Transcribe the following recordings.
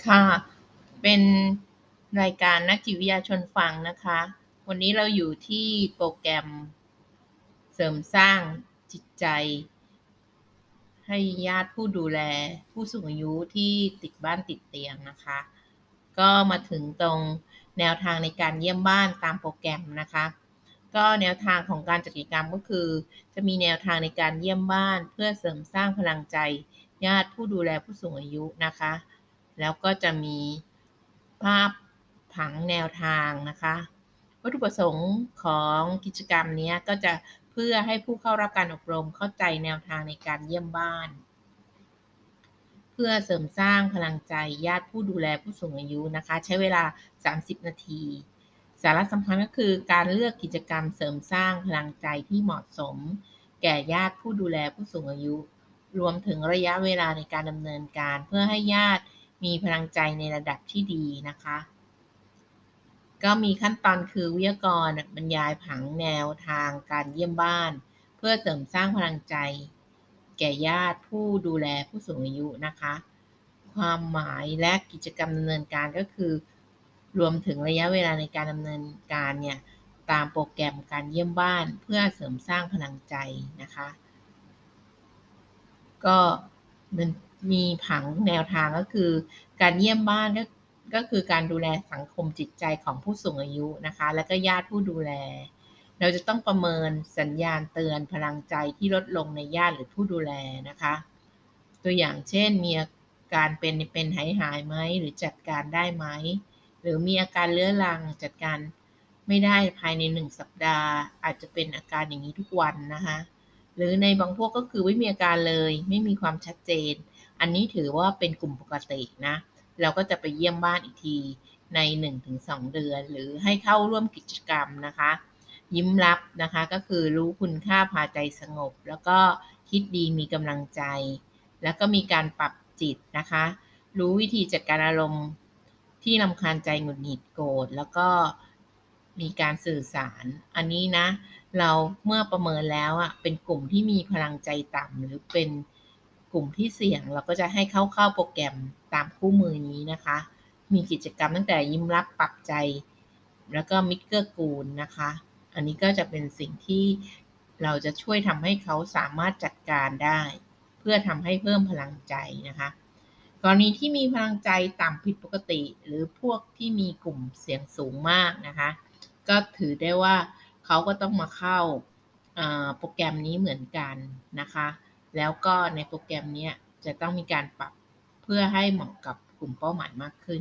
ค่ะ เป็นรายการนักจิตวิทยาชวนฟังนะคะ วันนี้เราอยู่ที่โปรแกรมเสริมสร้างจิตใจให้ญาติผู้ดูแลผู้สูงอายุที่ติดบ้านติดเตียงนะคะ ก็มาถึงตรงแนวทางในการเยี่ยมบ้านตามโปรแกรมนะคะ ก็แนวทางของการจัดกิจกรรมก็คือจะมีแนวทางในการเยี่ยมบ้านเพื่อเสริมสร้างพลังใจญาติผู้ดูแลผู้สูงอายุนะคะ แล้วก็จะมีภาพผังแนวทางนะคะวัตถุประสงค์ของกิจกรรมนี้ก็จะเพื่อให้ผู้เข้ารับการอบรมเข้าใจแนวทางในการเยี่ยมบ้านเพื่อเสริมสร้างพลังใจญาติผู้ดูแลผู้สูงอายุนะคะใช้เวลา30นาทีสาระสำคัญก็คือการเลือกกิจกรรมเสริมสร้างพลังใจที่เหมาะสมแก่ญาติผู้ดูแลผู้สูงอายุรวมถึงระยะเวลาในการดำเนินการเพื่อให้ญาติมีพลังใจในระดับที่ดีนะคะก็มีขั้นตอนคือวิทยากรบรรยายผังแนวทางการเยี่ยมบ้านเพื่อเสริมสร้างพลังใจแก่ญาติผู้ดูแลผู้สูงอายุนะคะความหมายและกิจกรรมดำเนินการก็คือรวมถึงระยะเวลาในการดำเนินการเนี่ยตามโปรแกรมการเยี่ยมบ้านเพื่อเสริมสร้างพลังใจนะคะก็มันมีผังแนวทางก็คือการเยี่ยมบ้านก็คือการดูแลสังคมจิตใจของผู้สูงอายุนะคะและก็ญาติผู้ดูแลเราจะต้องประเมินสัญญาณเตือนพลังใจที่ลดลงในญาติหรือผู้ดูแลนะคะตัวอย่างเช่นมีอาการเป็นหายไหมหรือจัดการได้ไหมหรือมีอาการเรื้อรังจัดการไม่ได้ภายใน1สัปดาห์อาจจะเป็นอาการอย่างนี้ทุกวันนะคะหรือในบางพวกก็คือไม่มีอาการเลยไม่มีความชัดเจนอันนี้ถือว่าเป็นกลุ่มปกตินะเราก็จะไปเยี่ยมบ้านอีกทีใน 1-2 เดือนหรือให้เข้าร่วมกิจกรรมนะคะยิ้มรับนะคะก็คือรู้คุณค่าพาใจสงบแล้วก็คิดดีมีกำลังใจแล้วก็มีการปรับจิตนะคะรู้วิธีจัดการอารมณ์ที่รำคาญใจหงุดหงิดโกรธแล้วก็มีการสื่อสารอันนี้นะเราเมื่อประเมินแล้วเป็นกลุ่มที่มีพลังใจต่ำหรือเป็นกลุ่มที่เสี่ยงเราก็จะให้เข้าโปรแกรมตามคู่มือนี้นะคะมีกิจกรรมตั้งแต่ยิ้มรับปรับใจแล้วก็มิตรเกื้อกูลนะคะอันนี้ก็จะเป็นสิ่งที่เราจะช่วยทำให้เขาสามารถจัดการได้เพื่อทำให้เพิ่มพลังใจนะคะกรณีที่มีพลังใจต่ำผิดปกติหรือพวกที่มีกลุ่มเสี่ยงสูงมากนะคะก็ถือได้ว่าเขาก็ต้องมาเข้าโปรแกรมนี้เหมือนกันนะคะแล้วก็ในโปรแกรมนี้จะต้องมีการปรับเพื่อให้เหมาะกับกลุ่มเป้าหมายมากขึ้น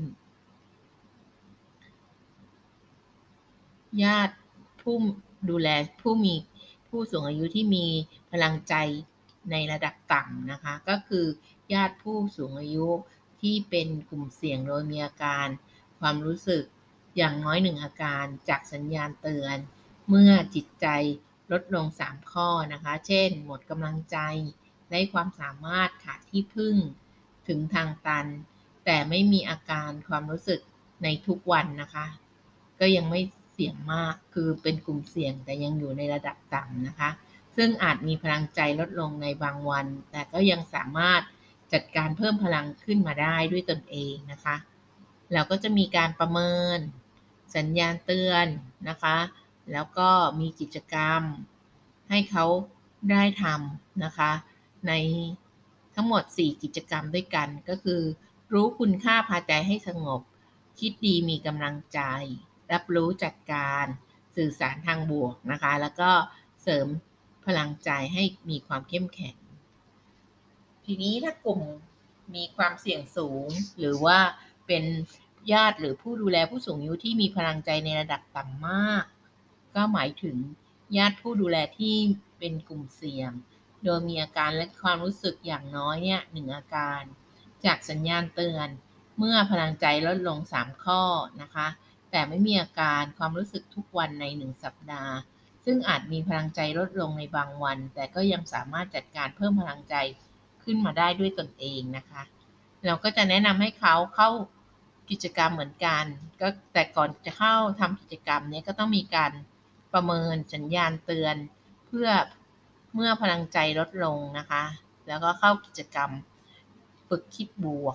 ญาติผู้ดูแลผู้สูงอายุที่มีพลังใจในระดับต่ำนะคะก็คือญาติผู้สูงอายุที่เป็นกลุ่มเสี่ยงโดยมีอาการความรู้สึกอย่างน้อย1อาการจากสัญญาณเตือนเมื่อจิตใจลดลง3ข้อนะคะเช่นหมดกำลังใจไร้ความสามารถขาดที่พึ่งถึงทางตันแต่ไม่มีอาการความรู้สึกในทุกวันนะคะก็ยังไม่เสี่ยงมากคือเป็นกลุ่มเสี่ยงแต่ยังอยู่ในระดับต่ำนะคะซึ่งอาจมีพลังใจลดลงในบางวันแต่ก็ยังสามารถจัดการเพิ่มพลังขึ้นมาได้ด้วยตนเองนะคะเราก็จะมีการประเมินสัญญาณเตือนนะคะแล้วก็มีกิจกรรมให้เขาได้ทำนะคะในทั้งหมด4กิจกรรมด้วยกันก็คือรู้คุณค่าพาใจให้สงบคิดดีมีกำลังใจรับรู้จัดการสื่อสารทางบวกนะคะแล้วก็เสริมพลังใจให้มีความเข้มแข็งทีนี้ถ้ากลุ่มมีความเสี่ยงสูงหรือว่าเป็นญาติหรือผู้ดูแลผู้สูงอายุที่มีพลังใจในระดับต่ำมากก็หมายถึงญาติผู้ดูแลที่เป็นกลุ่มเสี่ยงโดยมีอาการและความรู้สึกอย่างน้อยเนี่ย1อาการจากสัญญาณเตือนเมื่อพลังใจลดลง3ข้อนะคะแต่ไม่มีอาการความรู้สึกทุกวันใน1สัปดาห์ซึ่งอาจมีพลังใจลดลงในบางวันแต่ก็ยังสามารถจัดการเพิ่มพลังใจขึ้นมาได้ด้วยตนเองนะคะเราก็จะแนะนำให้เขาเข้ากิจกรรมเหมือนกันก็แต่ก่อนจะเข้าทำกิจกรรมนี้ก็ต้องมีการประเมินสัญญาณเตือนเพื่อเมื่อพลังใจลดลงนะคะแล้วก็เข้ากิจกรรมฝึกคิดบวก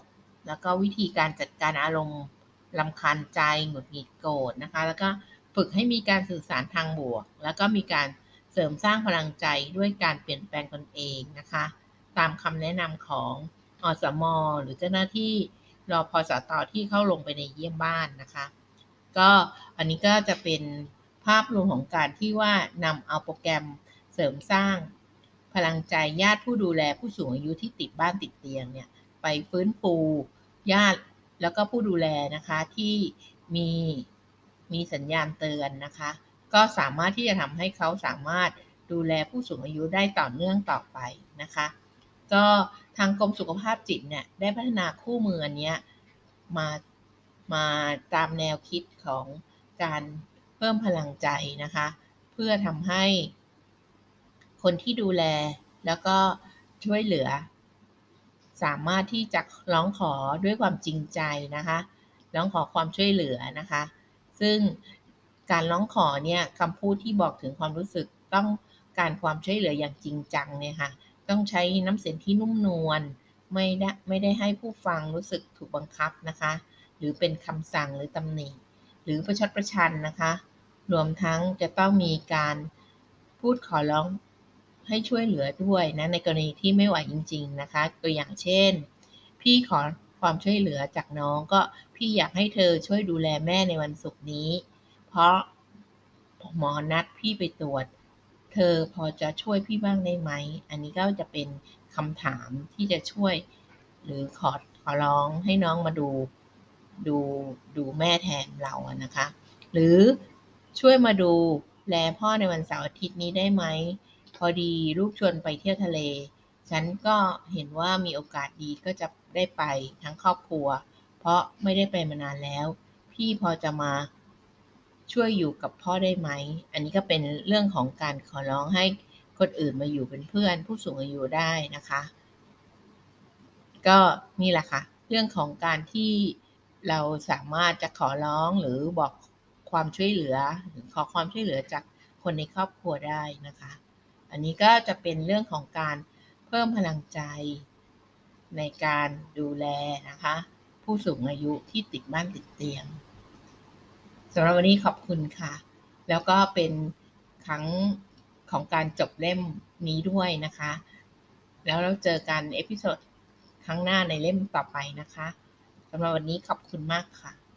แล้วก็วิธีการจัดการอารมณ์รำคาญใจหงุดหงิดโกรธนะคะแล้วก็ฝึกให้มีการสื่อสารทางบวกแล้วก็มีการเสริมสร้างพลังใจด้วยการเปลี่ยนแปลงตนเองนะคะตามคำแนะนำของอสมหรือเจ้าหน้าที่รพสตที่เข้าลงไปในเยี่ยมบ้านนะคะก็อันนี้ก็จะเป็นภาพรวมของการที่ว่านำเอาโปรแกรมเสริมสร้างพลังใจญาติผู้ดูแลผู้สูงอายุที่ติดบ้านติดเตียงเนี่ยไปฟื้นฟูญาติแล้วก็ผู้ดูแลนะคะที่มีสัญญาณเตือนนะคะก็สามารถที่จะทำให้เขาสามารถดูแลผู้สูงอายุได้ต่อเนื่องต่อไปนะคะก็ทางกรมสุขภาพจิตเนี่ยได้พัฒนาคู่มืออันเนี้ยมาตามแนวคิดของการเพิ่มพลังใจนะคะเพื่อทำให้คนที่ดูแลแล้วก็ช่วยเหลือสามารถที่จะร้องขอด้วยความจริงใจนะคะร้องขอความช่วยเหลือนะคะซึ่งการร้องขอเนี่ยคำพูดที่บอกถึงความรู้สึกต้องการความช่วยเหลืออย่างจริงจังเนี่ยค่ะต้องใช้น้ำเสียงที่นุ่มนวลไม่ได้ให้ผู้ฟังรู้สึกถูกบังคับนะคะหรือเป็นคำสั่งหรือตำหนิหรือประชดประชันนะคะรวมทั้งจะต้องมีการพูดขอร้องให้ช่วยเหลือด้วยนะในกรณีที่ไม่ไหวจริงๆนะคะตัวอย่างเช่นพี่ขอความช่วยเหลือจากน้องก็พี่อยากให้เธอช่วยดูแลแม่ในวันศุกร์นี้เพราะหมอนัดพี่ไปตรวจเธอพอจะช่วยพี่บ้างได้ไหมอันนี้ก็จะเป็นคำถามที่จะช่วยหรือขอร้องให้น้องมาดูดูแม่แทนเราอะนะคะหรือช่วยมาดูแลพ่อในวันเสาร์อาทิตย์นี้ได้ไหมพอดีลูกชวนไปเที่ยวทะเลฉันก็เห็นว่ามีโอกาสดีก็จะได้ไปทั้งครอบครัวเพราะไม่ได้ไปมานานแล้วพี่พอจะมาช่วยอยู่กับพ่อได้ไหมอันนี้ก็เป็นเรื่องของการขอร้องให้คนอื่นมาอยู่เป็นเพื่อนผู้สูงอายุได้นะคะก็นี่แหละค่ะเรื่องของการที่เราสามารถจะขอร้องหรือบอกความช่วยเหลือหรือขอความช่วยเหลือจากคนในครอบครัวได้นะคะอันนี้ก็จะเป็นเรื่องของการเพิ่มพลังใจในการดูแลนะคะผู้สูงอายุที่ติดบ้านติดเตียงสำหรับวันนี้ขอบคุณค่ะแล้วก็เป็นครั้งของการจบเล่มนี้ด้วยนะคะแล้วเราเจอกันเอพิโซดครั้งหน้าในเล่มต่อไปนะคะสำหรับวันนี้ขอบคุณมากค่ะ